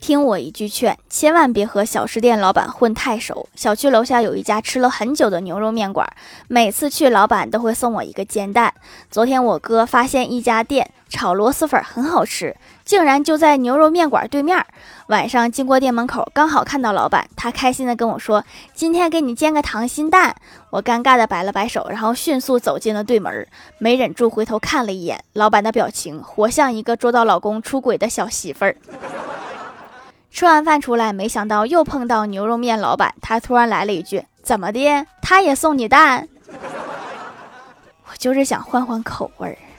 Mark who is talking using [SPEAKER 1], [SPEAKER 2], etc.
[SPEAKER 1] 听我一句劝，千万别和小吃店老板混太熟。小区楼下有一家吃了很久的牛肉面馆，每次去老板都会送我一个煎蛋。昨天我哥发现一家店炒螺蛳粉很好吃，竟然就在牛肉面馆对面。晚上经过店门口，刚好看到老板，他开心地跟我说：“今天给你煎个溏心蛋。”我尴尬地摆了摆手，然后迅速走进了对门，没忍住回头看了一眼，老板的表情活像一个捉到老公出轨的小媳妇儿。吃完饭出来，没想到又碰到牛肉面老板，他突然来了一句：“怎么的？他也送你蛋？”我就是想换换口味儿。